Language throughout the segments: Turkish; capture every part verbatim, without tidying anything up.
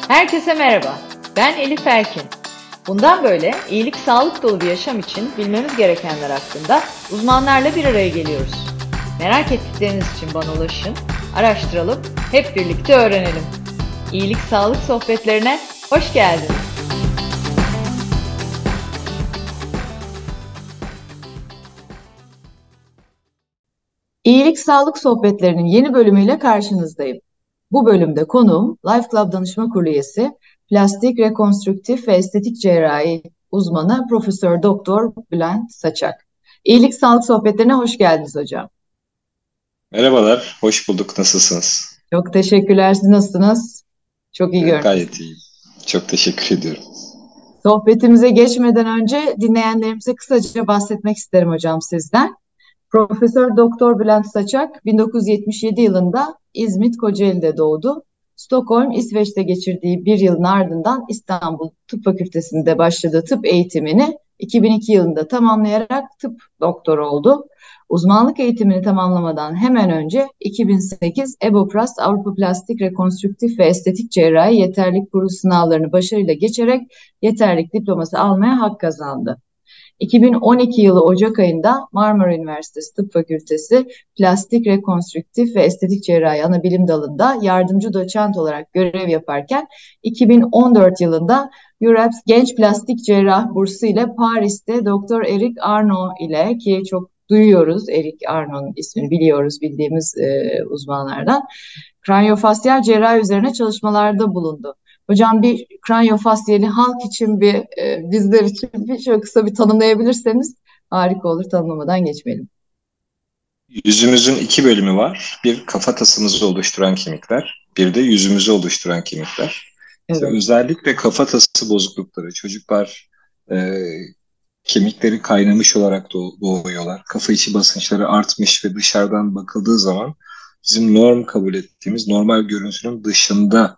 Herkese merhaba, ben Elif Erkin. Bundan böyle iyilik, sağlık dolu bir yaşam için bilmemiz gerekenler hakkında uzmanlarla bir araya geliyoruz. Merak ettikleriniz için bana ulaşın, araştıralım, hep birlikte öğrenelim. İyilik, sağlık sohbetlerine hoş geldiniz. İyilik Sağlık Sohbetlerinin yeni bölümüyle karşınızdayım. Bu bölümde konuğum Life Club Danışma Kurulu üyesi, plastik, rekonstrüktif ve estetik cerrahi uzmanı Profesör Doktor Bülent Saçak. İyilik Sağlık Sohbetlerine hoş geldiniz hocam. Merhabalar, hoş bulduk. Nasılsınız? Çok teşekkürler. Siz nasılsınız? Çok iyi Ee, görünüyorsunuz. gayet iyiyim. Çok teşekkür ediyorum. Sohbetimize geçmeden önce dinleyenlerimize kısaca bahsetmek isterim hocam sizden. Profesör Doktor Bülent Saçak bin dokuz yüz yetmiş yedi yılında İzmit Kocaeli'de doğdu. Stockholm, İsveç'te geçirdiği bir yılın ardından İstanbul Tıp Fakültesi'nde başladığı tıp eğitimini iki bin iki yılında tamamlayarak tıp doktoru oldu. Uzmanlık eğitimini tamamlamadan hemen önce iki bin sekiz EBOPLAST Avrupa Plastik Rekonstrüktif ve Estetik Cerrahi Yeterlilik Kurulu sınavlarını başarıyla geçerek yeterlilik diploması almaya hak kazandı. iki bin on iki yılı Ocak ayında Marmara Üniversitesi Tıp Fakültesi Plastik Rekonstrüktif ve Estetik Cerrahi Anabilim Dalı'nda yardımcı doçent olarak görev yaparken iki bin on dört yılında EUREPS Genç Plastik Cerrah Bursu ile Paris'te Doktor Eric Arnault ile, ki çok duyuyoruz, Eric Arnault'un ismini biliyoruz bildiğimiz e, uzmanlardan, kraniofasyal cerrahi üzerine çalışmalarda bulundu. Hocam bir kraniofasyali halk için bir e, bizler için bir şöyle kısa bir tanımlayabilirseniz harika olur. Tanımlamadan geçmeyelim. Yüzümüzün iki bölümü var. Bir kafatasımızı oluşturan kemikler, bir de yüzümüzü oluşturan kemikler. İşte Evet. özellikle kafatası bozuklukları, çocuklar e, kemikleri kaynamış olarak doğ- doğuyorlar. Kafa içi basınçları artmış ve dışarıdan bakıldığı zaman bizim norm kabul ettiğimiz normal görüntünün dışında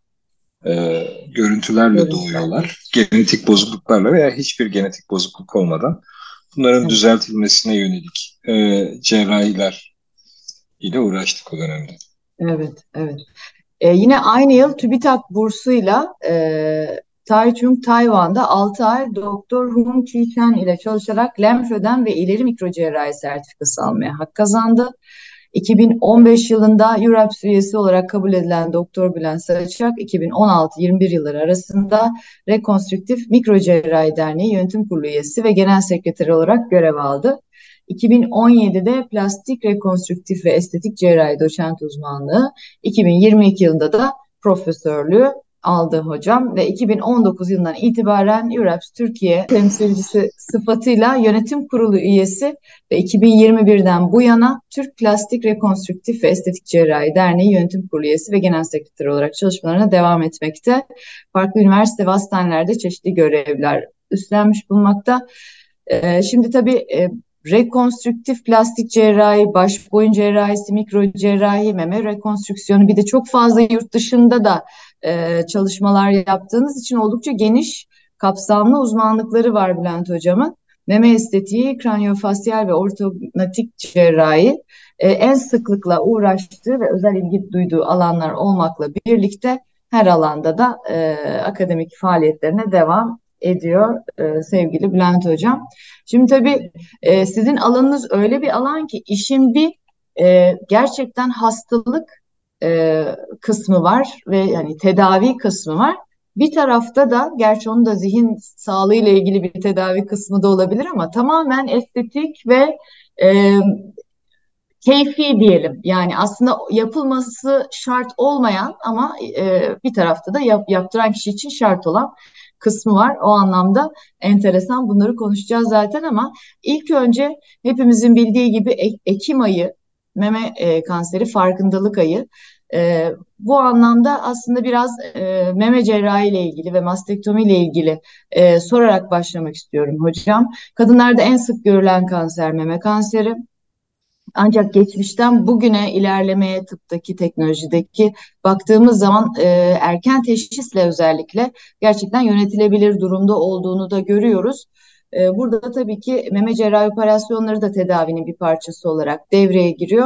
e, görüntülerle Görüntüler. doğuyorlar. Genetik bozukluklarla veya hiçbir genetik bozukluk olmadan bunların Evet, düzeltilmesine yönelik e, cerrahiler ile uğraştık o dönemde. evet, evet. E, yine aynı yıl TÜBİTAK bursuyla e, Taichung, Tayvan'da altı ay Doktor Hung Chi Chen ile çalışarak lenfödem ve ileri mikrocerrahi sertifikası almaya hak kazandı. iki bin on beş yılında EUREPS üyesi olarak kabul edilen Doktor Bülent Saçak, iki bin on altı yirmi bir yılları arasında Rekonstrüktif Mikrocerrahi Derneği Yönetim Kurulu üyesi ve genel sekreteri olarak görev aldı. iki bin on yedide plastik rekonstrüktif ve estetik cerrahi doçent uzmanlığı, iki bin yirmi iki yılında da profesörlüğü aldı hocam ve iki bin on dokuz yılından itibaren EUREPS Türkiye temsilcisi sıfatıyla yönetim kurulu üyesi ve iki bin yirmi birden bu yana Türk Plastik Rekonstrüktif ve Estetik Cerrahi Derneği Yönetim Kurulu üyesi ve genel sekreteri olarak çalışmalarına devam etmekte. Farklı üniversite ve hastanelerde çeşitli görevler üstlenmiş bulunmakta. Ee, şimdi tabii e, rekonstrüktif plastik cerrahi, baş boyun cerrahisi, mikro cerrahi, meme rekonstrüksiyonu, bir de çok fazla yurt dışında da e, çalışmalar yaptığınız için oldukça geniş kapsamlı uzmanlıkları var Bülent hocamın. Meme estetiği, kraniofasyal ve ortognatik cerrahi e, en sıklıkla uğraştığı ve özel ilgi duyduğu alanlar olmakla birlikte her alanda da e, akademik faaliyetlerine devam ediyor e, sevgili Bülent hocam. Şimdi tabii e, sizin alanınız öyle bir alan ki işin bir e, gerçekten hastalık e, kısmı var ve yani tedavi kısmı var. Bir tarafta da, gerçi onun da zihin sağlığı ile ilgili bir tedavi kısmı da olabilir ama tamamen estetik ve e, keyfi diyelim. Yani aslında yapılması şart olmayan ama e, bir tarafta da yap, yaptıran kişi için şart olan kısmı var. O anlamda enteresan, bunları konuşacağız zaten ama ilk önce hepimizin bildiği gibi Ek- Ekim ayı meme e, kanseri farkındalık ayı. E, bu anlamda aslında biraz e, meme cerrahi ile ilgili ve mastektomi ile ilgili e, sorarak başlamak istiyorum hocam. Kadınlarda en sık görülen kanser meme kanseri. Ancak geçmişten bugüne ilerlemeye, tıptaki, teknolojideki baktığımız zaman e, erken teşhisle özellikle gerçekten yönetilebilir durumda olduğunu da görüyoruz. E, burada tabii ki meme cerrahi operasyonları da tedavinin bir parçası olarak devreye giriyor.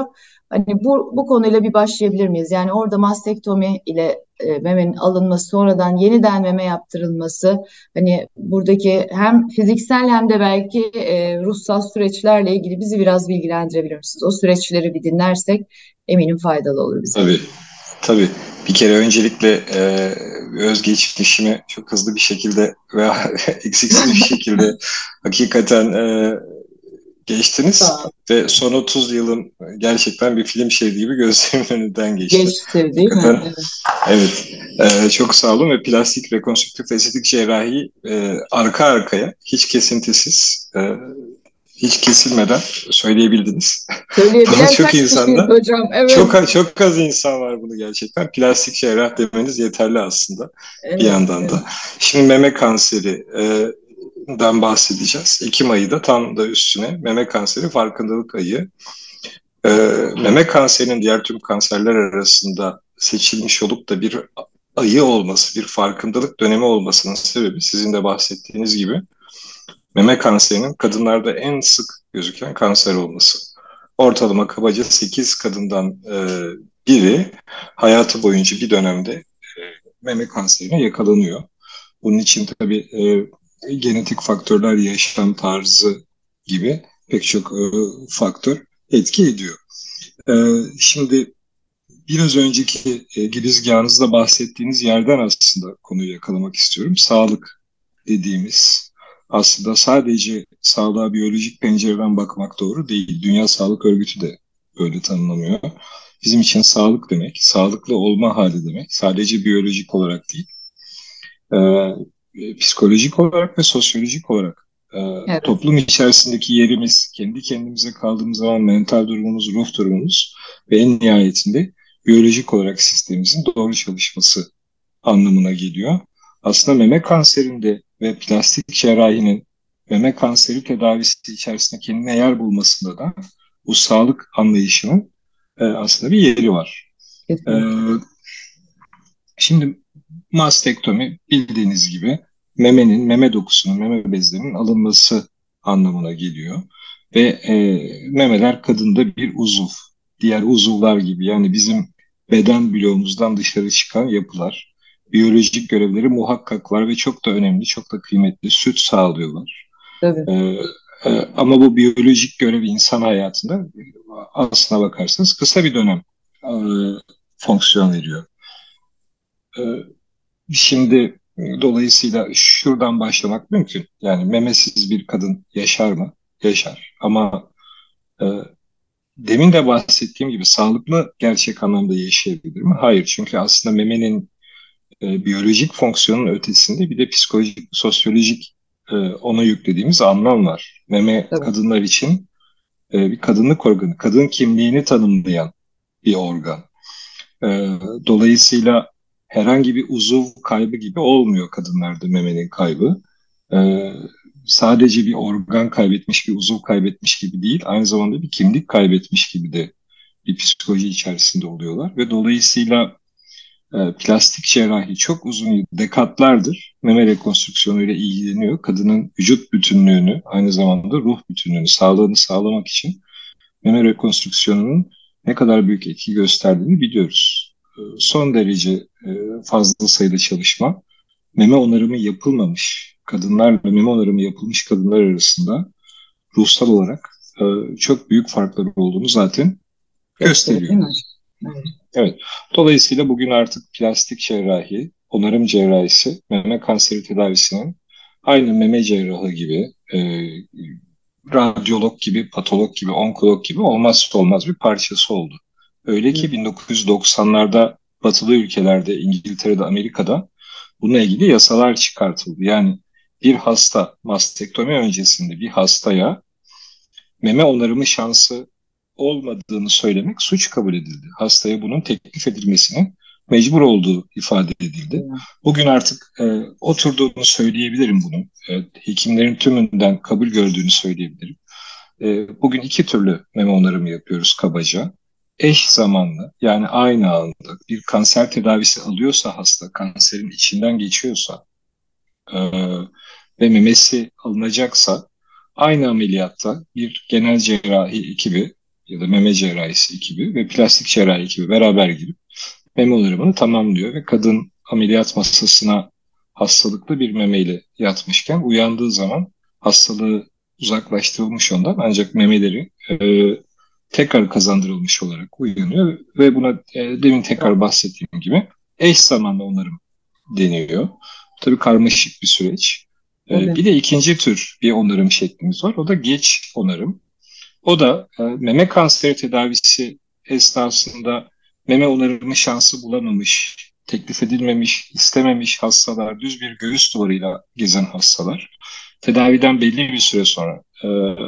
Hani bu, bu konuyla bir başlayabilir miyiz? Yani orada mastektomi ile e, memenin alınması, sonradan yeniden meme yaptırılması, hani buradaki hem fiziksel hem de belki e, ruhsal süreçlerle ilgili bizi biraz bilgilendirebilir misiniz? O süreçleri bir dinlersek eminim faydalı olur bize. Tabii, tabii. Bir kere öncelikle e, özgeçmişimi çok hızlı bir şekilde veya eksiksiz bir şekilde hakikaten e, geçtiniz Sağ ol. ve son otuz yılım gerçekten bir film şeridi gibi gözlerimin önünden geçti. Geçti değil mi? Hakikaten Evet. evet, e, çok sağ olun ve plastik rekonstrüktif estetik cerrahi e, arka arkaya hiç kesintisiz, e, hiç kesilmeden söyleyebildiğiniz. Bunu Söyleyebilen çok kaç kişiyiz insanda, hocam? Evet. çok çok az insan var bunu gerçekten. Plastik cerrah demeniz yeterli aslında bir Evet. yandan Evet. da. Şimdi meme kanseri e, den bahsedeceğiz. Ekim ayı da tam da üstüne meme kanseri farkındalık ayı. E, Meme kanserinin diğer tüm kanserler arasında seçilmiş olup da bir ayı olması, bir farkındalık dönemi olmasının sebebi sizin de bahsettiğiniz gibi meme kanserinin kadınlarda en sık gözüken kanser olması. Ortalama kabaca sekiz kadından e, biri hayatı boyunca bir dönemde e, meme kanserine yakalanıyor. Bunun için tabii e, genetik faktörler, yaşam tarzı gibi pek çok e, faktör etki ediyor. E, Şimdi biraz önceki e, girizgahınızda bahsettiğiniz yerden aslında konuyu yakalamak istiyorum. Sağlık dediğimiz aslında sadece sağlığa biyolojik pencereden bakmak doğru değil. Dünya Sağlık Örgütü de öyle tanımlamıyor. Bizim için sağlık demek, sağlıklı olma hali demek. Sadece biyolojik olarak değil, e, psikolojik olarak ve sosyolojik olarak e, Evet. toplum içerisindeki yerimiz, kendi kendimize kaldığımız zaman mental durumumuz, ruh durumumuz ve en nihayetinde biyolojik olarak sistemimizin doğru çalışması anlamına geliyor. Aslında meme kanserinde ve plastik cerrahinin meme kanseri tedavisi içerisinde kendine yer bulmasında da bu sağlık anlayışının e, aslında bir yeri var. E, Kesinlikle. Şimdi mastektomi bildiğiniz gibi memenin, meme dokusunun, meme bezlerinin alınması anlamına geliyor. Ve e, memeler kadında bir uzuv. Diğer uzuvlar gibi yani bizim beden bloğumuzdan dışarı çıkan yapılar. Biyolojik görevleri muhakkaklar ve çok da önemli, çok da kıymetli. Süt sağlıyorlar. Tabii. E, e, Ama bu biyolojik görevi insan hayatında e, aslına bakarsanız kısa bir dönem e, fonksiyon veriyor. E, Şimdi e, dolayısıyla şuradan başlamak mümkün. Yani memesiz bir kadın yaşar mı? Yaşar. Ama e, demin de bahsettiğim gibi sağlıklı gerçek anlamda yaşayabilir mi? Hayır. Çünkü aslında memenin e, biyolojik fonksiyonun ötesinde bir de psikolojik, sosyolojik e, ona yüklediğimiz anlam var. Meme Tabii. kadınlar için e, bir kadınlık organı, kadın kimliğini tanımlayan bir organ. E, Dolayısıyla herhangi bir uzuv kaybı gibi olmuyor kadınlarda memenin kaybı. E, Sadece bir organ kaybetmiş, bir uzuv kaybetmiş gibi değil, aynı zamanda bir kimlik kaybetmiş gibi de bir psikoloji içerisinde oluyorlar. Ve dolayısıyla e, plastik cerrahi çok uzun yıl, dekatlardır meme rekonstrüksiyonu ile ilgileniyor. Kadının vücut bütünlüğünü, aynı zamanda ruh bütünlüğünü, sağlığını sağlamak için meme rekonstrüksiyonunun ne kadar büyük etki gösterdiğini biliyoruz. E, Son derece e, fazla sayıda çalışma, meme onarımı yapılmamış kadınlarla meme onarımı yapılmış kadınlar arasında ruhsal olarak e, çok büyük farklar olduğunu zaten Gösterir gösteriyor. değil mi hocam? Evet. Evet. Dolayısıyla bugün artık plastik cerrahi, onarım cerrahisi, meme kanseri tedavisinin aynı meme cerrahı gibi, e, radyolog gibi, patolog gibi, onkolog gibi olmazsa olmaz bir parçası oldu. Öyle Evet. ki bin dokuz yüz doksanlarda batılı ülkelerde, İngiltere'de, Amerika'da bununla ilgili yasalar çıkartıldı. Yani bir hasta mastektomi öncesinde bir hastaya meme onarımı şansı olmadığını söylemek suç kabul edildi. Hastaya bunun teklif edilmesinin mecbur olduğu ifade edildi. Evet. Bugün artık e, oturduğunu söyleyebilirim bunun. E, hekimlerin tümünden kabul gördüğünü söyleyebilirim. E, bugün iki türlü meme onarımı yapıyoruz kabaca. Eş zamanlı yani aynı anda bir kanser tedavisi alıyorsa hasta, kanserin içinden geçiyorsa e, ve memesi alınacaksa aynı ameliyatta bir genel cerrahi ekibi ya da meme cerrahisi ekibi ve plastik cerrahi ekibi beraber girip meme onarımını tamamlıyor ve kadın ameliyat masasına hastalıklı bir memeyle yatmışken uyandığı zaman hastalığı uzaklaştırılmış ondan ancak memeleri e, tekrar kazandırılmış olarak uyanıyor ve buna e, demin tekrar bahsettiğim gibi eş zamanlı onarım deniyor. Tabii karmaşık bir süreç. E, Evet. bir de ikinci tür bir onarım şeklimiz var. O da geç onarım. O da e, meme kanseri tedavisi esnasında meme onarımı şansı bulamamış, teklif edilmemiş, istememiş hastalar, düz bir göğüs duvarıyla gezen hastalar, tedaviden belli bir süre sonra e,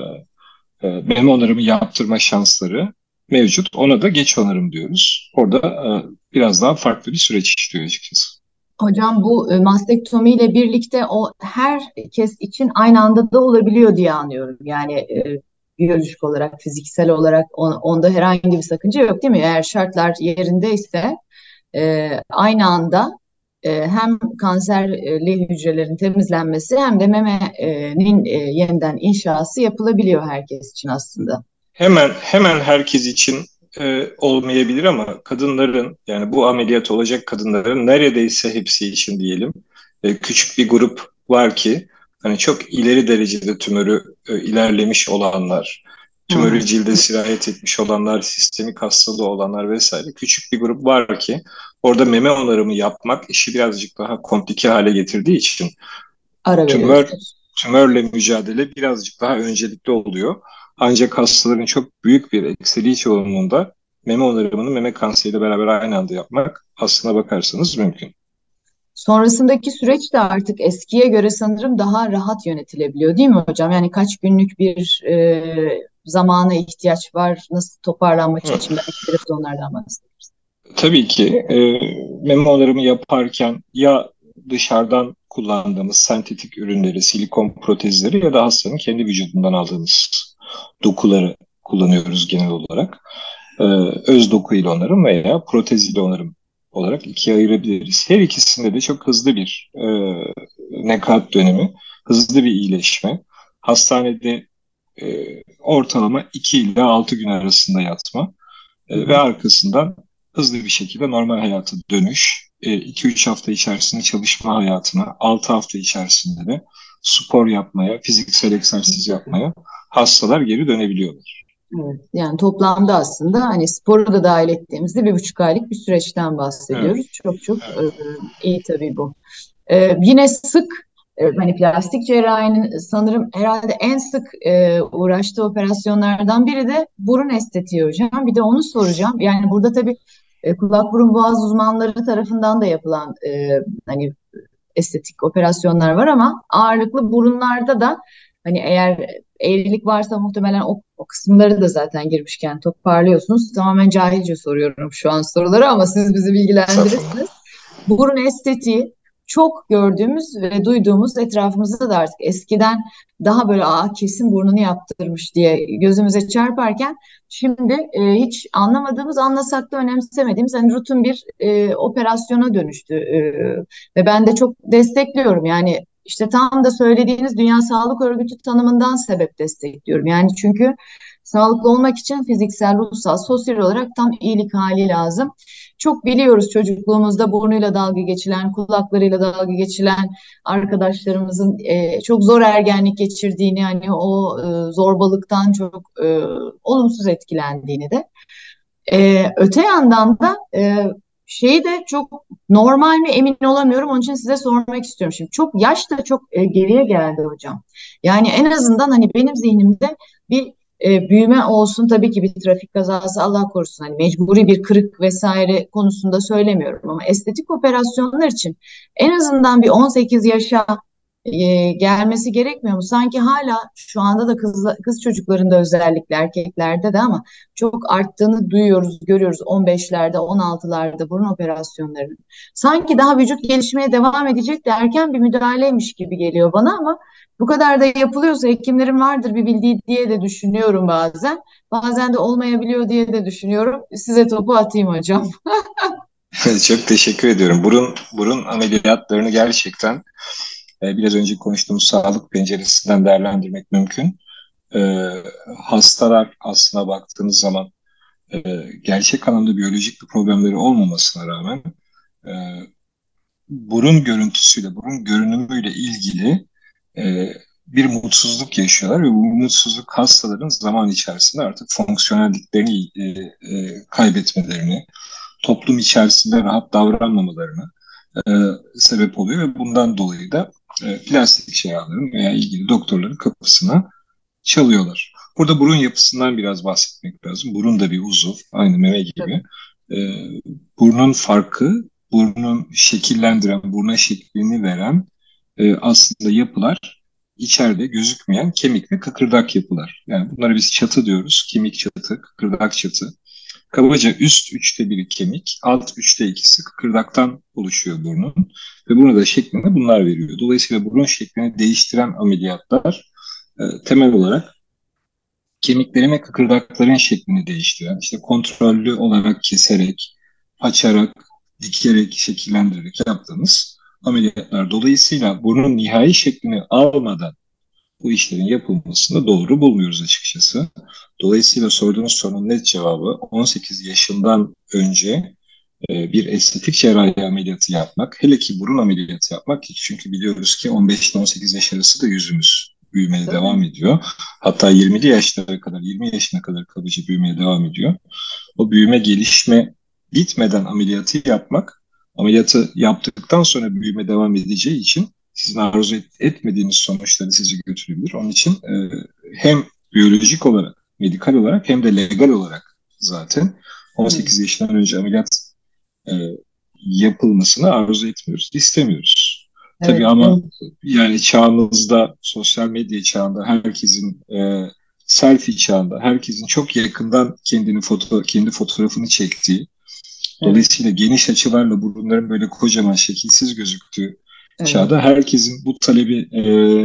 e, meme onarımı yaptırma şansları mevcut. Ona da geç onarım diyoruz. Orada e, biraz daha farklı bir süreç işliyor açıkçası. Hocam bu e, mastektomi ile birlikte o herkes için aynı anda da olabiliyor diye anlıyorum. Yani e, biyolojik olarak, fiziksel olarak on- onda herhangi bir sakınca yok değil mi? Eğer şartlar yerindeyse e, aynı anda e, hem kanserli hücrelerin temizlenmesi hem de memenin e, yeniden inşası yapılabiliyor herkes için aslında. Hemen hemen herkes için e, olmayabilir ama kadınların yani bu ameliyat olacak kadınların neredeyse hepsi için diyelim e, küçük bir grup var ki hani çok ileri derecede tümörü e, ilerlemiş olanlar, Hı tümörü hı. cilde sirayet etmiş olanlar, sistemik hastalığı olanlar vesaire küçük bir grup var ki orada meme onarımı yapmak işi birazcık daha komplike hale getirdiği için Ara tümör veriyorsunuz. tümörle mücadele birazcık daha öncelikli oluyor. Ancak hastaların çok büyük bir eksiliği çoğunluğunda meme onarımını meme kanseriyle beraber aynı anda yapmak aslına bakarsanız mümkün. Sonrasındaki süreç de artık eskiye göre sanırım daha rahat yönetilebiliyor değil mi hocam? Yani kaç günlük bir e, zamana ihtiyaç var, nasıl toparlanmak Hı. için belki biraz da onlardan bahsederiz. Tabii ki e, meme onarımı yaparken ya dışarıdan kullandığımız sentetik ürünleri, silikon protezleri ya da hastanın kendi vücudundan aldığımız dokuları kullanıyoruz genel olarak. Ee, öz doku ile onarım veya protez ile onarım olarak ikiye ayırabiliriz. Her ikisinde de çok hızlı bir e, nekat dönemi, hızlı bir iyileşme. Hastanede e, ortalama iki ile altı gün arasında yatma Hı e, ve hı. arkasından hızlı bir şekilde normal hayata dönüş. iki üç hafta içerisinde çalışma hayatına, altı hafta içerisinde de spor yapmaya, fiziksel egzersiz yapmaya hastalar geri dönebiliyorlar. Evet. Yani toplamda aslında hani sporu da dahil ettiğimizde bir buçuk aylık bir süreçten Evet, bahsediyoruz. Çok çok e, evet. iyi tabii bu. Ee, yine sık e, hani plastik cerrahinin sanırım herhalde en sık e, uğraştığı operasyonlardan biri de burun estetiği hocam. Bir de onu soracağım. Yani burada tabii e, kulak burun boğaz uzmanları tarafından da yapılan e, hani estetik operasyonlar var ama ağırlıklı burunlarda da hani eğer eğrilik varsa muhtemelen o, o kısımları da zaten girmişken toparlıyorsunuz. Tamamen cahilce soruyorum şu an soruları ama siz bizi Estağfurullah. bilgilendirirsiniz. Burun estetiği çok gördüğümüz ve duyduğumuz etrafımızda da artık eskiden daha böyle aa kesin burnunu yaptırmış diye gözümüze çarparken şimdi e, hiç anlamadığımız, anlasak da önemsemediğimiz hani rutin bir e, operasyona dönüştü. E, ve ben de çok destekliyorum. Yani işte tam da söylediğiniz Dünya Sağlık Örgütü tanımından sebep destekliyorum. Yani çünkü sağlıklı olmak için fiziksel, ruhsal, sosyal olarak tam iyilik hali lazım. Çok biliyoruz çocukluğumuzda burnuyla dalga geçilen, kulaklarıyla dalga geçilen arkadaşlarımızın e, çok zor ergenlik geçirdiğini, hani o e, zorbalıktan çok e, olumsuz etkilendiğini de. E, öte yandan da e, şeyi de çok normal mi emin olamıyorum. Onun için size sormak istiyorum. Şimdi çok yaş da çok e, geriye geldi hocam. Yani en azından hani benim zihnimde bir e, büyüme olsun, tabii ki bir trafik kazası Allah korusun hani mecburi bir kırık vesaire konusunda söylemiyorum ama estetik operasyonlar için en azından bir on sekiz yaşa e, gelmesi gerekmiyor mu? Sanki hala şu anda da kız, kız çocuklarında özellikle erkeklerde de ama çok arttığını duyuyoruz, görüyoruz on beşlerde, on altılarda burun operasyonlarının. Sanki daha vücut gelişmeye devam edecek de erken bir müdahaleymiş gibi geliyor bana ama bu kadar da yapılıyorsa hekimlerin vardır bir bildiği diye de düşünüyorum bazen. Bazen de olmayabiliyor diye de düşünüyorum. Size topu atayım hocam. Çok teşekkür ediyorum. Burun burun ameliyatlarını gerçekten e, biraz önce konuştuğumuz sağlık penceresinden değerlendirmek mümkün. e, hastalar aslına baktığınız zaman e, gerçek anlamda biyolojik bir problemleri olmamasına rağmen e, burun görüntüsüyle, burun görünümüyle ilgili e, bir mutsuzluk yaşıyorlar ve bu mutsuzluk hastaların zaman içerisinde artık fonksiyonelliklerini e, e, kaybetmelerini, toplum içerisinde rahat davranmamalarına e, sebep oluyor ve bundan dolayı da e, plastik cerrahların veya ilgili doktorların kapısına çalıyorlar. Burada burun yapısından biraz bahsetmek lazım. Burun da bir uzuv, aynı meme gibi. Ee, burnun farkı, burnun şekillendiren, buruna şeklini veren e, aslında yapılar içeride gözükmeyen kemik ve kıkırdak yapılar. Yani bunlara biz çatı diyoruz. Kemik çatı, kıkırdak çatı. Kabaca üst üçte biri kemik, alt üçte ikisi kıkırdaktan oluşuyor burnun. Ve buna da şeklini bunlar veriyor. Dolayısıyla burun şeklini değiştiren ameliyatlar e, temel olarak kemiklerin ve kıkırdakların şeklini değiştiren, işte kontrollü olarak keserek, açarak, dikerek, şekillendirerek yaptığımız ameliyatlar. Dolayısıyla burnun nihai şeklini almadan bu işlerin yapılmasını doğru bulmuyoruz açıkçası. Dolayısıyla sorduğunuz sorunun net cevabı on sekiz yaşından önce e, bir estetik cerrahi ameliyatı yapmak, hele ki burun ameliyatı yapmak, çünkü biliyoruz ki on beş ile on sekiz yaş arası da yüzümüz büyümeye Tabii. devam ediyor. Hatta yirmili yaşlara kadar, yirmi yaşına kadar kalıcı büyümeye devam ediyor. O büyüme, gelişme bitmeden ameliyatı yapmak, ameliyatı yaptıktan sonra büyüme devam edeceği için sizin arzu et, etmediğiniz sonuçları sizi götürebilir. Onun için e, hem biyolojik olarak, medikal olarak hem de legal olarak zaten on sekiz yaşından önce ameliyat e, yapılmasını arzu etmiyoruz, istemiyoruz. Evet, Tabii ama evet. yani çağımızda, sosyal medya çağında, herkesin e, selfie çağında, herkesin çok yakından kendini foto, kendi fotoğrafını çektiği, Evet, dolayısıyla geniş açılarla burunların böyle kocaman şekilsiz gözüktüğü evet. çağda herkesin bu talebi e,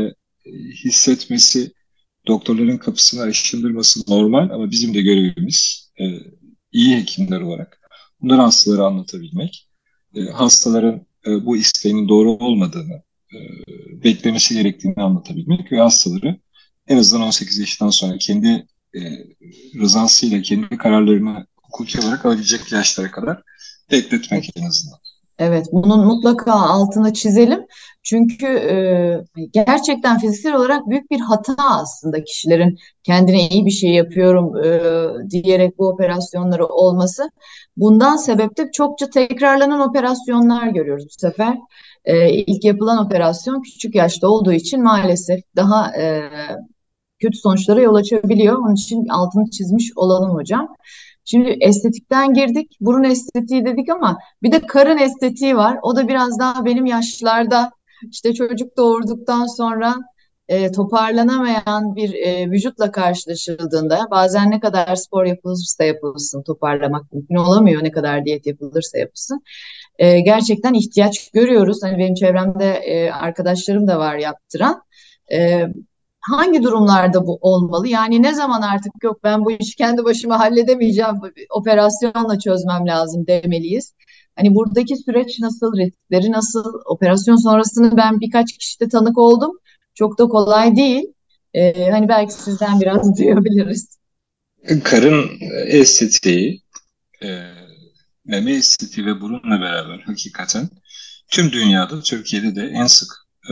hissetmesi, doktorların kapısını aşındırması normal, ama bizim de görevimiz e, iyi hekimler olarak bunları hastalara anlatabilmek, e, hastaların e, bu isteğinin doğru olmadığını, e, beklemesi gerektiğini anlatabilmek ve hastaları en azından on sekiz yaşından sonra kendi e, rızasıyla kendi kararlarını hukuki olarak alabilecek yaşlara kadar bekletmek en azından. Evet, bunun mutlaka altını çizelim. Çünkü e, gerçekten fiziksel olarak büyük bir hata aslında kişilerin kendine iyi bir şey yapıyorum e, diyerek bu operasyonları olması. Bundan sebep de çokça tekrarlanan operasyonlar görüyoruz bu sefer. E, ilk yapılan operasyon küçük yaşta olduğu için maalesef daha e, kötü sonuçlara yol açabiliyor. Onun için altını çizmiş olalım hocam. Şimdi estetikten girdik. Burun estetiği dedik ama bir de karın estetiği var. O da biraz daha benim yaşlarda işte çocuk doğurduktan sonra e, toparlanamayan bir e, vücutla karşılaşıldığında bazen ne kadar spor yapılırsa yapılsın toparlamak mümkün olamıyor. Ne kadar diyet yapılırsa yapılsın. E, gerçekten ihtiyaç görüyoruz. Hani benim çevremde e, arkadaşlarım da var yaptıran. E, Hangi durumlarda bu olmalı? Yani ne zaman artık yok ben bu işi kendi başıma halledemeyeceğim, operasyonla çözmem lazım demeliyiz. Hani buradaki süreç nasıl, riskleri nasıl, operasyon sonrasını ben birkaç kişide tanık oldum. Çok da kolay değil. Ee, hani belki sizden biraz duyabiliriz. Karın estetiği, e, meme estetiği ve burunla beraber hakikaten tüm dünyada, Türkiye'de de en sık e,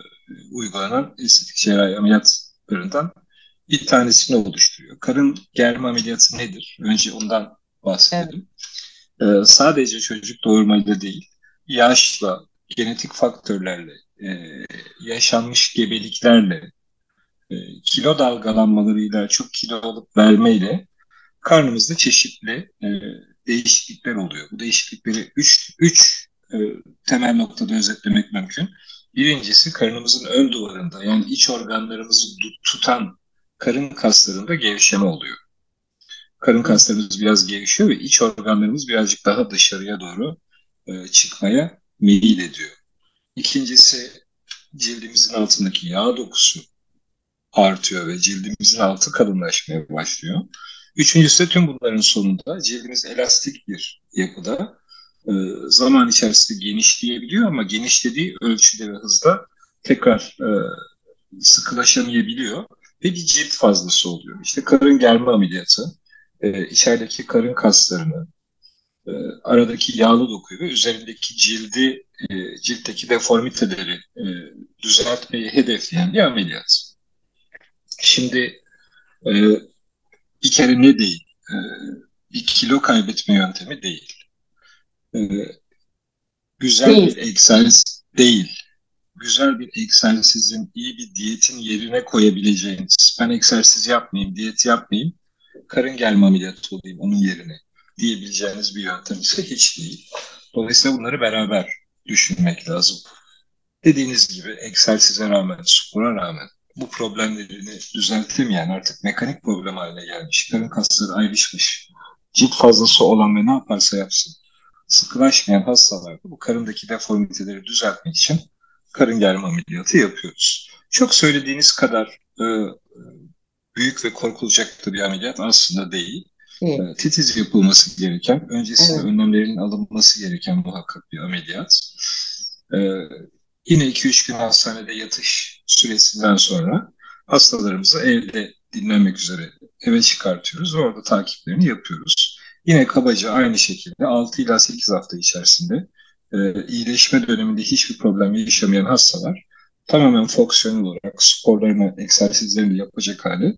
uygulanan estetik cerrahi ameliyatlarından bir tanesini oluşturuyor. Karın germe ameliyatı nedir? Önce ondan Evet, bahsedelim. E, sadece çocuk doğurmayla değil, yaşla, genetik faktörlerle, e, yaşanmış gebeliklerle, e, kilo dalgalanmalarıyla, çok kilo alıp vermeyle karnımızda çeşitli e, değişiklikler oluyor. Bu değişiklikleri üç, üç e, temel noktada özetlemek mümkün. Birincisi, karnımızın ön duvarında, yani iç organlarımızı tutan karın kaslarında gevşeme oluyor. Karın evet, kaslarımız biraz gevşiyor ve iç organlarımız birazcık daha dışarıya doğru e, çıkmaya meyil ediyor. İkincisi, cildimizin altındaki yağ dokusu artıyor ve cildimizin altı kalınlaşmaya başlıyor. Üçüncüsü de tüm bunların sonunda cildimiz elastik bir yapıda, e, zaman içerisinde genişleyebiliyor, ama genişlediği ölçüde ve hızda tekrar e, sıkılaşamayabiliyor ve bir cilt fazlası oluyor. İşte karın germe ameliyatı, e, içerideki karın kaslarını, e, aradaki yağlı dokuyu ve üzerindeki cildi, e, ciltteki deformiteleri e, düzeltmeyi hedefleyen bir ameliyat. Şimdi e, bir kere ne değil? E, bir kilo kaybetme yöntemi değil. E, güzel bir Değil. egzersiz değil. Güzel bir egzersizin, iyi bir diyetin yerine koyabileceğiniz, ben egzersiz yapmayayım, diyet yapmayayım, karın germe ameliyatı olayım onun yerine diyebileceğiniz bir yöntem ise hiç değil. Dolayısıyla bunları beraber düşünmek lazım. Dediğiniz gibi egzersize rağmen, spora rağmen bu problemlerini düzeltemeyen, artık mekanik problem haline gelmiş, karın kasları ayrışmış, cilt fazlası olan ve ne yaparsa yapsın sıkılaşmayan hastalarda bu karındaki deformiteleri düzeltmek için karın germe ameliyatı yapıyoruz. Çok söylediğiniz kadar e, büyük ve korkulacak da bir ameliyat aslında değil. Değil. E, titiz yapılması gereken, öncesinde Evet. önlemlerin alınması gereken muhakkak bir ameliyat. E, yine iki üç gün hastanede yatış süresinden sonra hastalarımızı evde dinlenmek üzere eve çıkartıyoruz ve orada takiplerini yapıyoruz. Yine kabaca aynı şekilde altı ila sekiz hafta içerisinde e, iyileşme döneminde hiçbir problem yaşamayan hastalar tamamen fonksiyonel olarak sporlarını, egzersizlerini yapacak hale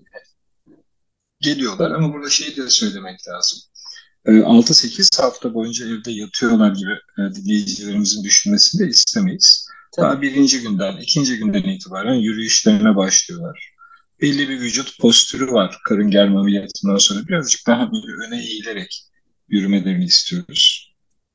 geliyorlar. Evet. Ama burada şeyi de söylemek lazım. E, altı sekiz hafta boyunca evde yatıyorlar gibi e, dinleyicilerimizin düşünmesini de istemeyiz. Tabii. Daha birinci günden, ikinci günden itibaren yürüyüşlerine başlıyorlar. Belli bir vücut postürü var karın germe ameliyatından sonra. Birazcık daha böyle öne eğilerek yürümelerini istiyoruz.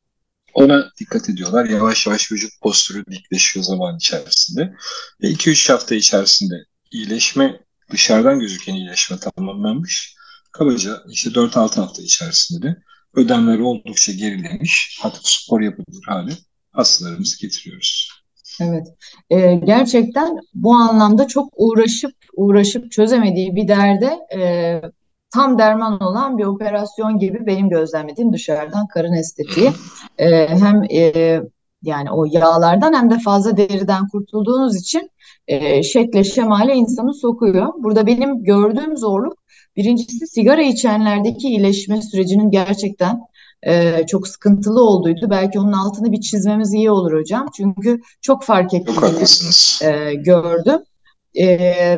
Ona dikkat ediyorlar. Yavaş yavaş vücut postürü dikleşiyor zaman içerisinde. Ve iki üç hafta içerisinde iyileşme, dışarıdan gözüken iyileşme tamamlanmış. Kabaca işte dört altı hafta içerisinde de ödemleri oldukça gerilemiş, hafif spor yapılır hale hastalarımızı getiriyoruz. Evet. Ee, gerçekten bu anlamda çok uğraşıp uğraşıp çözemediği bir derde e, tam derman olan bir operasyon gibi benim gözlemlediğim dışarıdan karın estetiği. Ee, hem e, yani o yağlardan hem de fazla deriden kurtulduğunuz için e, şekle şemale insanı sokuyor. Burada benim gördüğüm zorluk birincisi sigara içenlerdeki iyileşme sürecinin gerçekten e, çok sıkıntılı olduğuydu. Belki onun altını bir çizmemiz iyi olur hocam. Çünkü çok fark Çok ettiğini haklısınız. e, gördüm. E,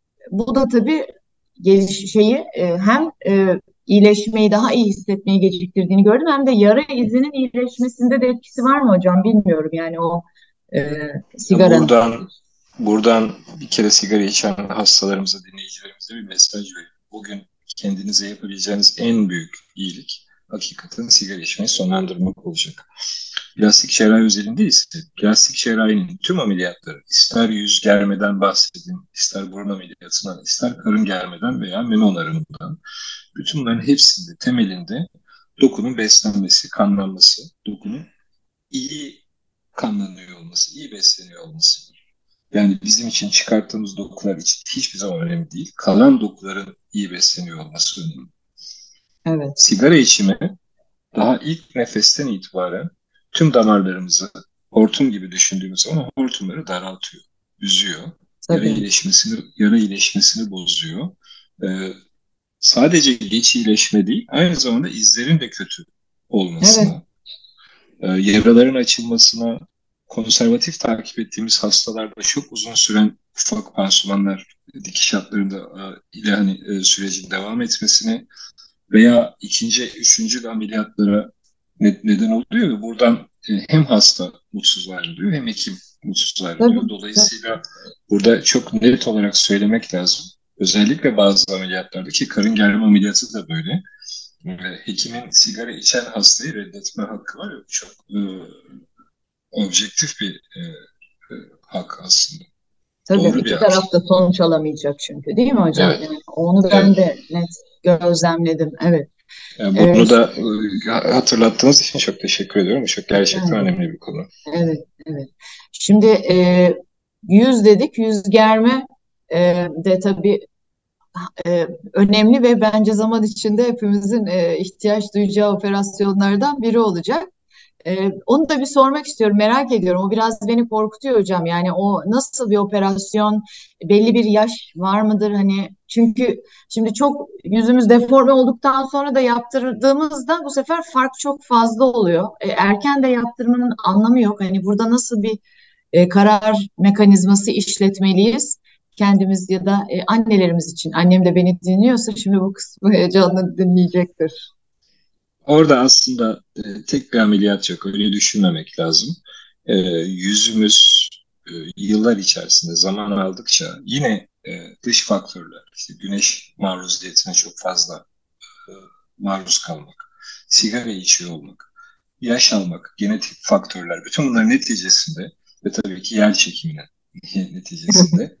bu da tabii geliş şeyi e, hem e, iyileşmeyi daha iyi hissetmeyi geciktirdiğini gördüm. Hem de yara izinin iyileşmesinde de etkisi var mı hocam bilmiyorum. Yani o e, Ya sigaranın. buradan buradan bir kere sigara içen hastalarımıza, dinleyicilerimize bir mesaj verin. Bugün kendinize yapabileceğiniz en büyük iyilik hakikaten sigara içmeyi sonlandırmak olacak. Plastik cerrahi özelinde ise plastik cerrahinin tüm ameliyatları, ister yüz germeden bahsedin, ister burun ameliyatından, ister karın germeden veya meme onarımından, bütün bunların hepsinde temelinde dokunun beslenmesi, kanlanması, dokunun iyi kanlanıyor olması, iyi besleniyor olması. Yani bizim için çıkarttığımız dokular için hiçbir zaman önemli değil. Kalan dokuların iyi besleniyor olması önemli. Evet, Sigara içimi daha ilk nefesten itibaren tüm damarlarımızı hortum gibi düşündüğümüz zaman hortumları daraltıyor, üzüyor. Yara tabii. iyileşmesini, yara iyileşmesini bozuyor. Ee, sadece geç iyileşme değil, aynı zamanda izlerin de kötü Evet, olmasına, e, yaraların açılmasına, konservatif takip ettiğimiz hastalarda çok uzun süren ufak pansumanlar, dikiş hatlarında e, ile hani e, sürecin devam etmesine veya ikinci, üçüncü ameliyatlara ne- neden oluyor ve buradan e, hem hasta mutsuz ayrılıyor hem hekim mutsuz ayrılıyor. tabii, tabii, Dolayısıyla burada çok net olarak söylemek lazım. Özellikle bazı ameliyatlarda ki karın germe ameliyatı da böyle. E, hekimin sigara içen hastayı reddetme hakkı var ya bu çok e, objektif bir e, e, hak aslında. tabii. Doğru bir İki hak. taraf da sonuç alamayacak çünkü, değil mi hocam? Evet, Yani onu evet. ben de net gözlemledim. Evet. Yani E, bunu da e, hatırlattığınız için çok teşekkür ediyorum. Bu çok rica gerçekten ederim. önemli bir konu. Evet, evet. Şimdi e, yüz dedik, yüz germe e, de tabii e, önemli ve bence zaman içinde hepimizin e, ihtiyaç duyacağı operasyonlardan biri olacak. Ee, onu da bir sormak istiyorum, merak ediyorum. O biraz beni korkutuyor hocam. Yani o nasıl bir operasyon, belli bir yaş var mıdır? Hani çünkü şimdi çok yüzümüz deforme olduktan sonra da yaptırdığımızda bu sefer fark çok fazla oluyor. E, erken de yaptırmanın anlamı yok. Hani burada nasıl bir e, karar mekanizması işletmeliyiz? Kendimiz ya da e, annelerimiz için. Annem de beni dinliyorsa şimdi bu kısmı heyecanla dinleyecektir. Orada aslında e, tek bir ameliyat yok. Öyle düşünmemek lazım. E, yüzümüz e, yıllar içerisinde zaman aldıkça yine e, dış faktörler, işte güneş maruziyetine çok fazla e, maruz kalmak, sigara içiyor olmak, yaş almak, genetik faktörler, bütün bunların neticesinde ve tabii ki yer çekiminin neticesinde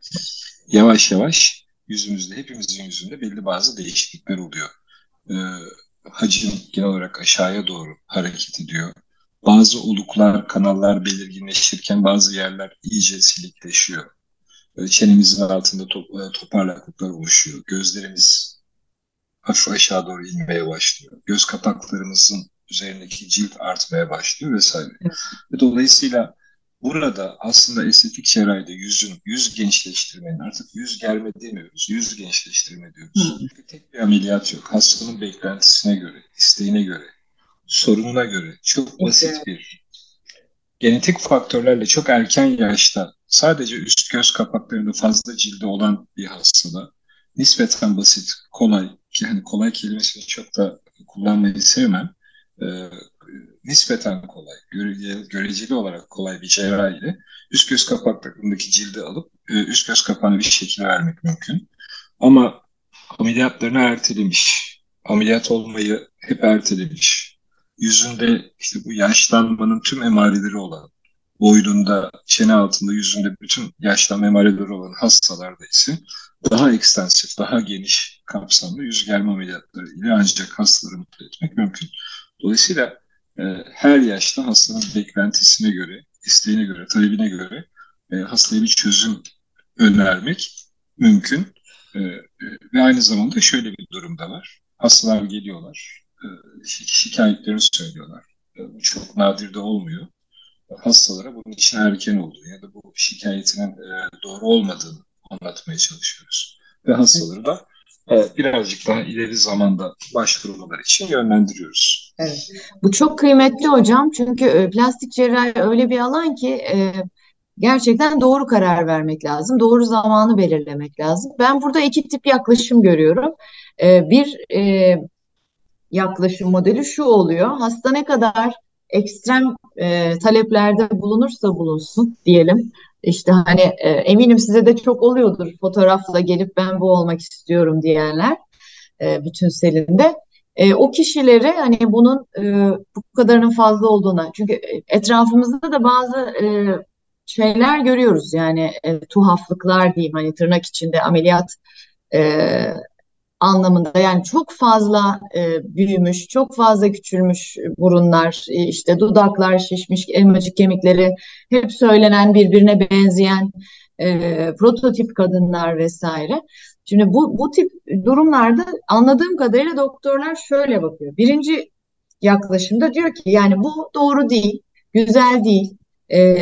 yavaş yavaş yüzümüzde, hepimizin yüzünde belli bazı değişiklikler oluyor. Ee, Hacim genel olarak aşağıya doğru hareket ediyor. Bazı oluklar, kanallar belirginleşirken bazı yerler iyice silikleşiyor. Ee, Çenemizin altında top, e, toparlaklıklar oluşuyor. Gözlerimiz hafif aşağı doğru inmeye başlıyor. Göz kapaklarımızın üzerindeki cilt artmaya başlıyor vesaire. Ve dolayısıyla burada aslında estetik cerrahide yüzün, yüz gençleştirmenin, artık yüz germe demiyoruz, yüz gençleştirme diyoruz. Evet. Çünkü tek bir ameliyat yok. Hastanın beklentisine göre, isteğine göre, sorununa göre çok basit bir genetik faktörlerle çok erken yaşta sadece üst göz kapaklarında fazla cildi olan bir hastada nispeten basit, kolay, ki hani kolay kelimesini çok da kullanmayı sevmem. Ee, Nispeten kolay, göre- göreceli olarak kolay bir cerrahi ile üst göz kapaklarındaki cildi alıp e, üst göz kapağına bir şekil vermek mümkün. Ama ameliyatlarını ertelemiş, ameliyat olmayı hep ertelemiş, yüzünde işte bu yaşlanmanın tüm emareleri olan, boynunda, çene altında, yüzünde bütün yaşlanma emareleri olan hastalarda ise daha ekstensif, daha geniş kapsamlı yüz germe ameliyatları ile ancak hastaları mutlu etmek mümkün. Dolayısıyla e, her yaşta hastanın beklentisine göre, isteğine göre, talebine göre e, hastaya bir çözüm önermek mümkün. E, e, Ve aynı zamanda şöyle bir durum da var. Hastalar geliyorlar, e, şi- şikayetlerini söylüyorlar. E, bu çok nadir de olmuyor. Hastalara bunun için erken olduğu ya da bu şikayetinin e, doğru olmadığını anlatmaya çalışıyoruz. Ve hastaları da e, birazcık daha ileri zamanda başvurumaları için yönlendiriyoruz. Evet. Bu çok kıymetli hocam çünkü e, plastik cerrahi öyle bir alan ki e, gerçekten doğru karar vermek lazım, doğru zamanı belirlemek lazım. Ben burada iki tip yaklaşım görüyorum. E, bir e, yaklaşım modeli şu oluyor: hasta ne kadar ekstrem e, taleplerde bulunursa bulunsun diyelim. İşte hani e, eminim size de çok oluyordur fotoğrafla gelip ben bu olmak istiyorum diyenler e, bütün selinde. E, o kişileri hani bunun e, bu kadarının fazla olduğuna, çünkü etrafımızda da bazı e, şeyler görüyoruz, yani e, tuhaflıklar diyeyim, hani tırnak içinde ameliyat e, anlamında, yani çok fazla e, büyümüş, çok fazla küçülmüş burunlar, e, işte dudaklar şişmiş, elmacık kemikleri hep söylenen birbirine benzeyen e, prototip kadınlar vesaire. Şimdi bu bu tip durumlarda anladığım kadarıyla doktorlar şöyle bakıyor. Birinci yaklaşımda diyor ki yani bu doğru değil, güzel değil, e,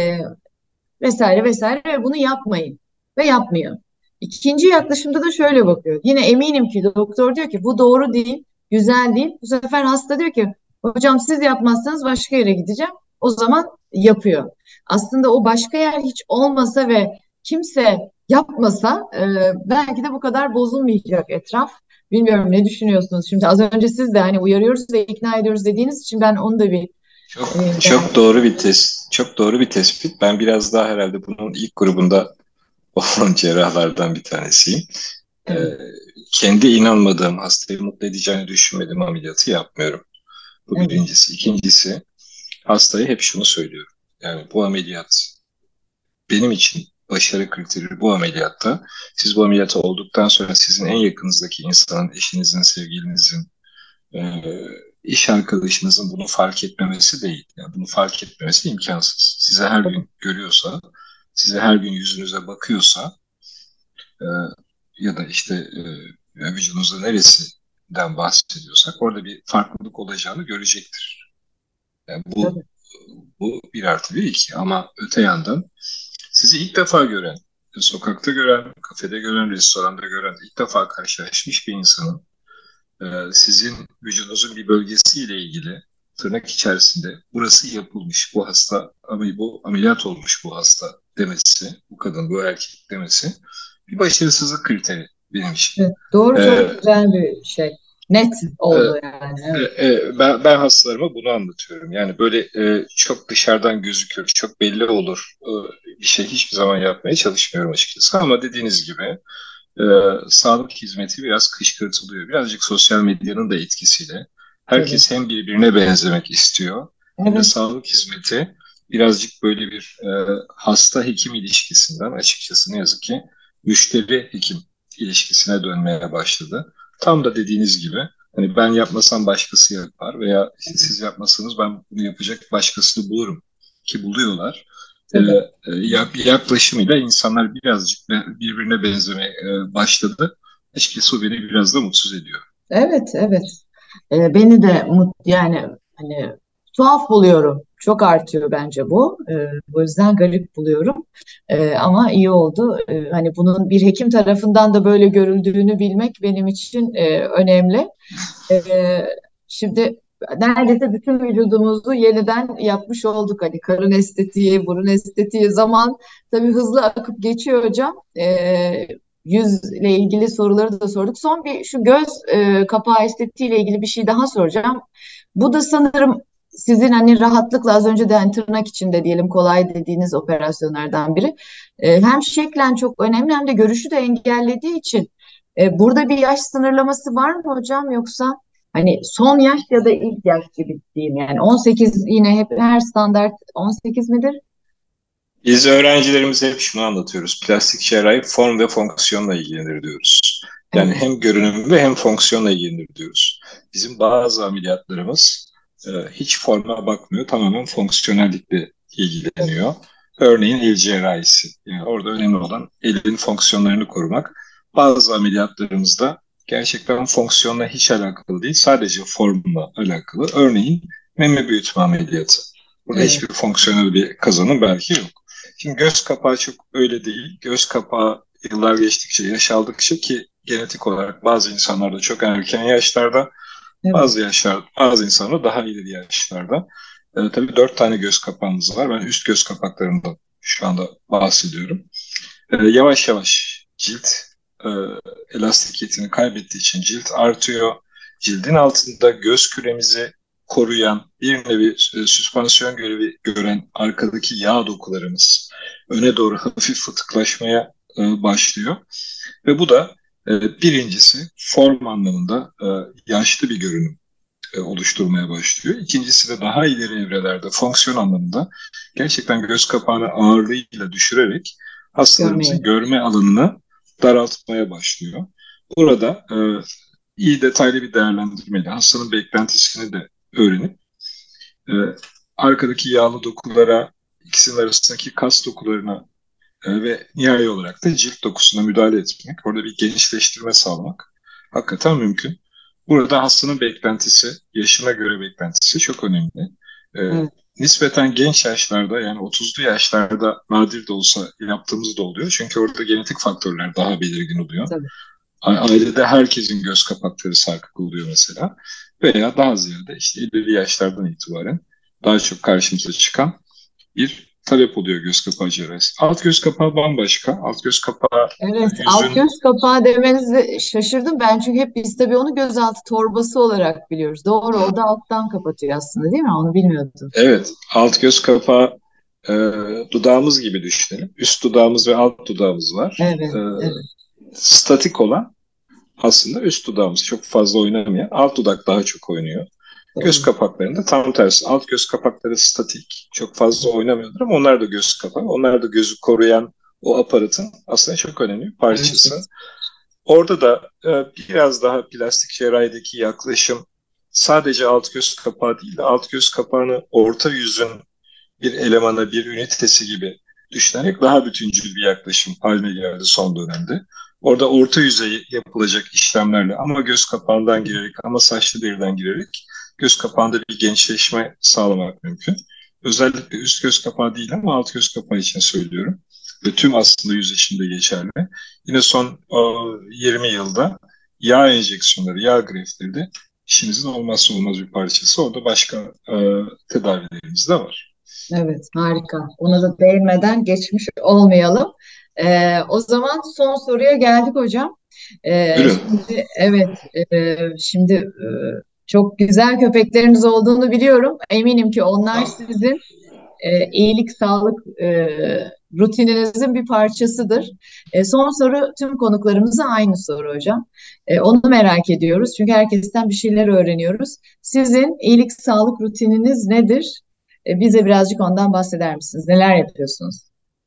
vesaire vesaire ve bunu yapmayın ve yapmıyor. İkinci yaklaşımda da şöyle bakıyor. Yine eminim ki doktor diyor ki bu doğru değil, güzel değil. Bu sefer hasta diyor ki hocam siz yapmazsanız başka yere gideceğim. O zaman yapıyor. Aslında o başka yer hiç olmasa ve kimse yapmasa e, belki de bu kadar bozulmayacak etraf. Bilmiyorum, ne düşünüyorsunuz? Şimdi az önce siz de hani uyarıyoruz ve ikna ediyoruz dediğiniz için ben onu da bir Çok e, çok doğru bir tespit. Çok doğru bir tespit. Ben biraz daha herhalde bunun ilk grubunda olan cerrahlardan bir tanesiyim. Ee, evet, Kendi inanmadığım, hastayı mutlu edeceğini düşünmediğim ameliyatı yapmıyorum. Bu evet, birincisi. İkincisi, hastaya hep şunu söylüyorum. Yani bu ameliyat benim için başarı kriteri bu ameliyatta. Siz bu ameliyatı olduktan sonra sizin en yakınızdaki insanın, eşinizin, sevgilinizin, e, iş arkadaşınızın bunu fark etmemesi değil. Yani bunu fark etmemesi imkansız. Size her tabii, gün görüyorsa, size her gün yüzünüze bakıyorsa e, ya da işte e, vücudunuzda neresinden bahsediyorsak orada bir farklılık olacağını görecektir. Yani bu tabii. bu bir artı bir iki, ama öte yandan sizi ilk defa gören, sokakta gören, kafede gören, restoranda gören, ilk defa karşılaşmış bir insanın e, sizin vücudunuzun bir bölgesiyle ilgili tırnak içerisinde burası yapılmış, bu hasta, bu ameliyat olmuş bu hasta demesi, bu kadın, bu erkek demesi bir başarısızlık kriteri benim için. Evet, doğru, Ee, çok güzel bir şey. Net e, oldu yani. e, Evet. e, ben, ben hastalarıma bunu anlatıyorum. Yani böyle e, çok dışarıdan gözükür, çok belli olur e, bir şey hiçbir zaman yapmaya çalışmıyorum açıkçası. Ama dediğiniz gibi e, sağlık hizmeti biraz kışkırtılıyor. Birazcık sosyal medyanın da etkisiyle. Tabii. Herkes hem birbirine benzemek istiyor, hem de Evet. sağlık hizmeti birazcık böyle bir e, hasta-hekim ilişkisinden, açıkçası ne yazık ki müşteri-hekim ilişkisine dönmeye başladı. Tam da dediğiniz gibi, hani ben yapmasam başkası yapar veya işte siz yapmasanız ben bunu yapacak başkasını bulurum, ki buluyorlar. Ee, Tabii. e, yak- yaklaşımıyla insanlar birazcık be- birbirine benzemeye e, başladı. Açıkçası o beni biraz da mutsuz ediyor. Evet, evet. Ee, beni de mut yani hani tuhaf buluyorum. Çok artıyor bence bu. Ee, o yüzden garip buluyorum. Ee, ama iyi oldu. Ee, hani bunun bir hekim tarafından da böyle görüldüğünü bilmek benim için e, önemli. Ee, Şimdi neredeyse bütün vücudumuzu yeniden yapmış olduk. Hani karın estetiği, burun estetiği, zaman tabii hızlı akıp geçiyor hocam. Ee, yüzle ilgili soruları da sorduk. Son bir şu göz e, kapağı estetiği ile ilgili bir şey daha soracağım. Bu da sanırım sizin hani rahatlıkla az önce de hani tırnak içinde diyelim kolay dediğiniz operasyonlardan biri. Ee, hem şeklen çok önemli hem de görüşü de engellediği için e, burada bir yaş sınırlaması var mı hocam, yoksa hani son yaş ya da ilk yaş gibi diyeyim, yani on sekiz yine hep her standart on sekiz midir? Biz öğrencilerimize hep şunu anlatıyoruz: plastik cerrahi form ve fonksiyonla ilgilenir diyoruz. Yani Evet, hem görünüm ve hem fonksiyonla ilgilenir diyoruz. Bizim bazı ameliyatlarımız e, hiç forma bakmıyor, tamamen fonksiyonellikle tabii. ilgileniyor. Örneğin el cerrahisi. Yani orada önemli olan elin fonksiyonlarını korumak. Bazı ameliyatlarımızda gerçekten fonksiyonla hiç alakalı değil, sadece formla alakalı. Örneğin meme büyütme ameliyatı. Burada Evet, hiçbir fonksiyonel bir kazanım belki yok. Şimdi göz kapağı çok öyle değil. Göz kapağı yıllar geçtikçe, yaş aldıkça, ki genetik olarak bazı insanlarda çok erken yaşlarda, evet. bazı yaşlar, bazı insanlarda daha ileri yaşlarda. E, tabii dört tane göz kapağımız var. Ben üst göz kapaklarından şu anda bahsediyorum. E, yavaş yavaş cilt e, elastikiyetini kaybettiği için cilt artıyor. Cildin altında göz küremizi koruyan, bir nevi e, süspansiyon görevi gören arkadaki yağ dokularımız öne doğru hafif fıtıklaşmaya e, başlıyor. Ve bu da e, birincisi form anlamında e, yaşlı bir görünüm e, oluşturmaya başlıyor. İkincisi de daha ileri evrelerde fonksiyon anlamında gerçekten göz kapağını ağırlığıyla düşürerek Görmeyi. hastalarımızın görme alanını daraltmaya başlıyor. Burada e, iyi detaylı bir değerlendirmeyle hastanın beklentisini de öğrenip e, arkadaki yağlı dokulara, ikisinin arasındaki kas dokularına e, ve nihai olarak da cilt dokusuna müdahale etmek, orada bir genişleştirme sağlamak hakikaten mümkün. Burada hastanın beklentisi, yaşına göre beklentisi çok önemli. E, Evet, Nispeten genç yaşlarda, yani otuzlu yaşlarda nadir de olsa yaptığımız da oluyor. Çünkü orada genetik faktörler daha belirgin oluyor. tabii. A- Ailede herkesin göz kapakları sarkık oluyor mesela. Veya daha ziyade işte ileri yaşlardan itibaren daha çok karşımıza çıkan bir talep oluyor göz kapağı cerrahisi. Alt göz kapağı bambaşka. Alt göz kapağı e, Evet, alt yüzün. göz kapağı demenize şaşırdım ben, çünkü hep biz tabii onu gözaltı torbası olarak biliyoruz. Doğru, o da alttan kapatıyor aslında, değil mi? Onu bilmiyordum. Evet, alt göz kapağı e, dudağımız gibi düşünelim. Üst dudağımız ve alt dudağımız var. Evet, E, evet. Statik olan aslında üst dudağımız, çok fazla oynamayan. Alt dudak daha çok oynuyor. Göz Doğru. kapaklarında tam tersi. Alt göz kapakları statik. Çok fazla oynamıyordur ama onlar da göz kapağı. Onlar da gözü koruyan o aparatın aslında çok önemli bir parçası. Evet. Orada da e, biraz daha plastik cerrahideki yaklaşım sadece alt göz kapağı değil de alt göz kapağını orta yüzün bir elemanı, bir ünitesi gibi düşünerek daha bütüncül bir yaklaşım haline geldi son dönemde. Orada orta yüzeye yapılacak işlemlerle, ama göz kapağından girerek, ama saçlı deriden girerek göz kapağında bir gençleşme sağlamak mümkün. Özellikle üst göz kapağı değil ama alt göz kapağı için söylüyorum. Ve tüm aslında yüz için de geçerli. Yine son o, yirmi yılda yağ enjeksiyonları, yağ greftleri de işimizin olmazsa olmaz bir parçası. Orada başka e, tedavilerimiz de var. Evet, harika. Ona da değinmeden geçmiş olmayalım. Ee, o zaman son soruya geldik hocam. Ee, Buyurun. şimdi evet, e, şimdi e, çok güzel köpekleriniz olduğunu biliyorum. Eminim ki onlar sizin e, iyilik, sağlık e, rutininizin bir parçasıdır. E, son soru tüm konuklarımıza aynı soru hocam. E, onu merak ediyoruz çünkü herkesten bir şeyler öğreniyoruz. Sizin iyilik, sağlık rutininiz nedir? E, bize birazcık ondan bahseder misiniz? Neler yapıyorsunuz?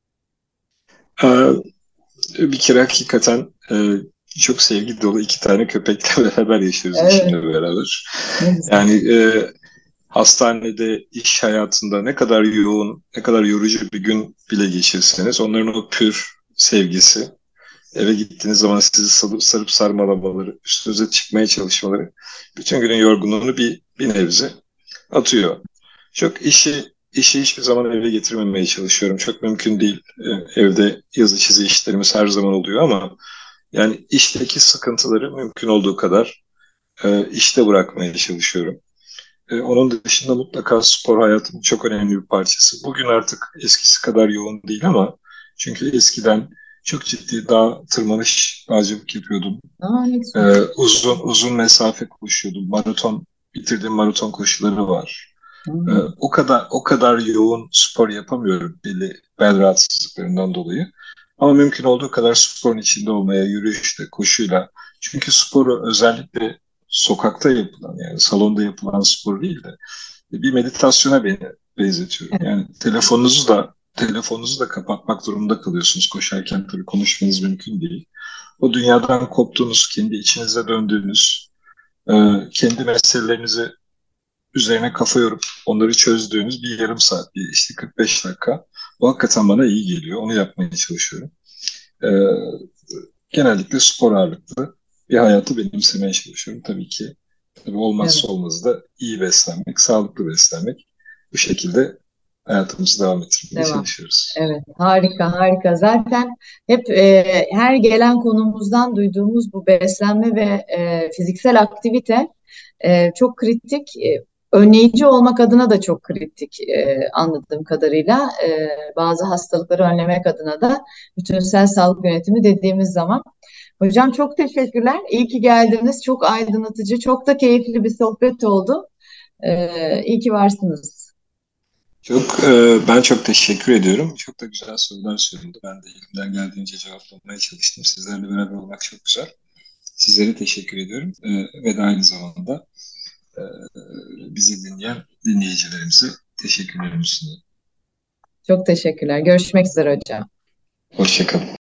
Ee, Bir kere hakikaten e, çok sevgi dolu iki tane köpekle beraber yaşıyoruz Evet, eşimle beraber. ne güzel. Yani e, hastanede, iş hayatında ne kadar yoğun, ne kadar yorucu bir gün bile geçirseniz onların o pür sevgisi, eve gittiğiniz zaman sizi sarıp, sarıp sarmalamaları, üstünüze çıkmaya çalışmaları bütün günün yorgunluğunu bir, bir nebze atıyor. Çok işi işi hiçbir zaman eve getirmemeye çalışıyorum. Çok mümkün değil. Ee, Evde yazı çizi işlerimiz her zaman oluyor ama yani işteki sıkıntıları mümkün olduğu kadar e, işte bırakmaya çalışıyorum. E, onun dışında mutlaka spor hayatımın çok önemli bir parçası. Bugün artık eskisi kadar yoğun değil ama çünkü eskiden çok ciddi dağ tırmanış, dağcılık yapıyordum. Aa, ne E, güzel. uzun uzun mesafe koşuyordum. Maraton, bitirdiğim maraton koşuları var. Ee, Aa, o kadar o kadar yoğun spor yapamıyorum belli bel rahatsızlıklarından dolayı. Ama mümkün olduğu kadar sporun içinde olmaya, yürüyüşle, koşuyla. Çünkü sporu özellikle sokakta yapılan yani salonda yapılan spor değil de bir meditasyona beni benzetiyorum. evet, Yani telefonunuzu da telefonunuzu da kapatmak durumunda kalıyorsunuz. Koşarken tabii konuşmanız mümkün değil. O dünyadan koptuğunuz, kendi içinize döndüğünüz, e, kendi meselelerinizi üzerine kafa yorup onları çözdüğünüz bir yarım saat, bir işte kırk beş dakika. Bu hakikaten bana iyi geliyor. Onu yapmaya çalışıyorum. Ee, Genellikle spor ağırlıklı bir hayatı benimsemeye çalışıyorum. Tabii ki tabii evet. olmazsa olmazı da iyi beslenmek, sağlıklı beslenmek. Bu şekilde hayatımızı devam ettirmeye Devam. çalışıyoruz. Evet, harika, harika. Zaten hep e, her gelen konumuzdan duyduğumuz bu beslenme ve e, fiziksel aktivite e, çok kritik. E, önleyici olmak adına da çok kritik e, anladığım kadarıyla. E, bazı hastalıkları önlemek adına da bütünsel sağlık yönetimi dediğimiz zaman. Hocam çok teşekkürler. İyi ki geldiniz. Çok aydınlatıcı, çok da keyifli bir sohbet oldu. E, iyi ki varsınız. Çok, e, ben çok teşekkür ediyorum. Çok da güzel sorular soruldu. Ben de elimden geldiğince cevaplamaya çalıştım. Sizlerle beraber olmak çok güzel. Sizlere teşekkür ediyorum. E, ve de aynı zamanda e, bizi dinleyen dinleyicilerimize teşekkürlerimi sunuyorum. Çok teşekkürler. Görüşmek üzere hocam. Hoşçakalın.